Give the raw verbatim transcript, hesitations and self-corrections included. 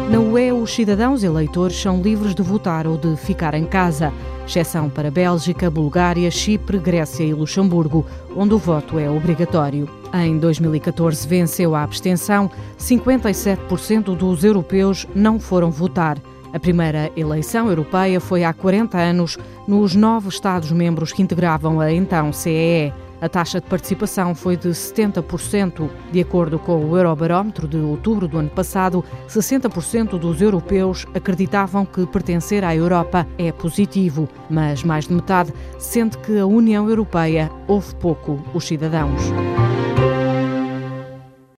Na U E, os cidadãos eleitores são livres de votar ou de ficar em casa, exceção para Bélgica, Bulgária, Chipre, Grécia e Luxemburgo, onde o voto é obrigatório. Em dois mil e catorze venceu a abstenção, cinquenta e sete por cento dos europeus não foram votar. A primeira eleição europeia foi há quarenta anos, nos nove Estados-membros que integravam a então C E E. A taxa de participação foi de setenta por cento. De acordo com o Eurobarómetro de outubro do ano passado, sessenta por cento dos europeus acreditavam que pertencer à Europa é positivo, mas mais de metade sente que a União Europeia ouve pouco os cidadãos.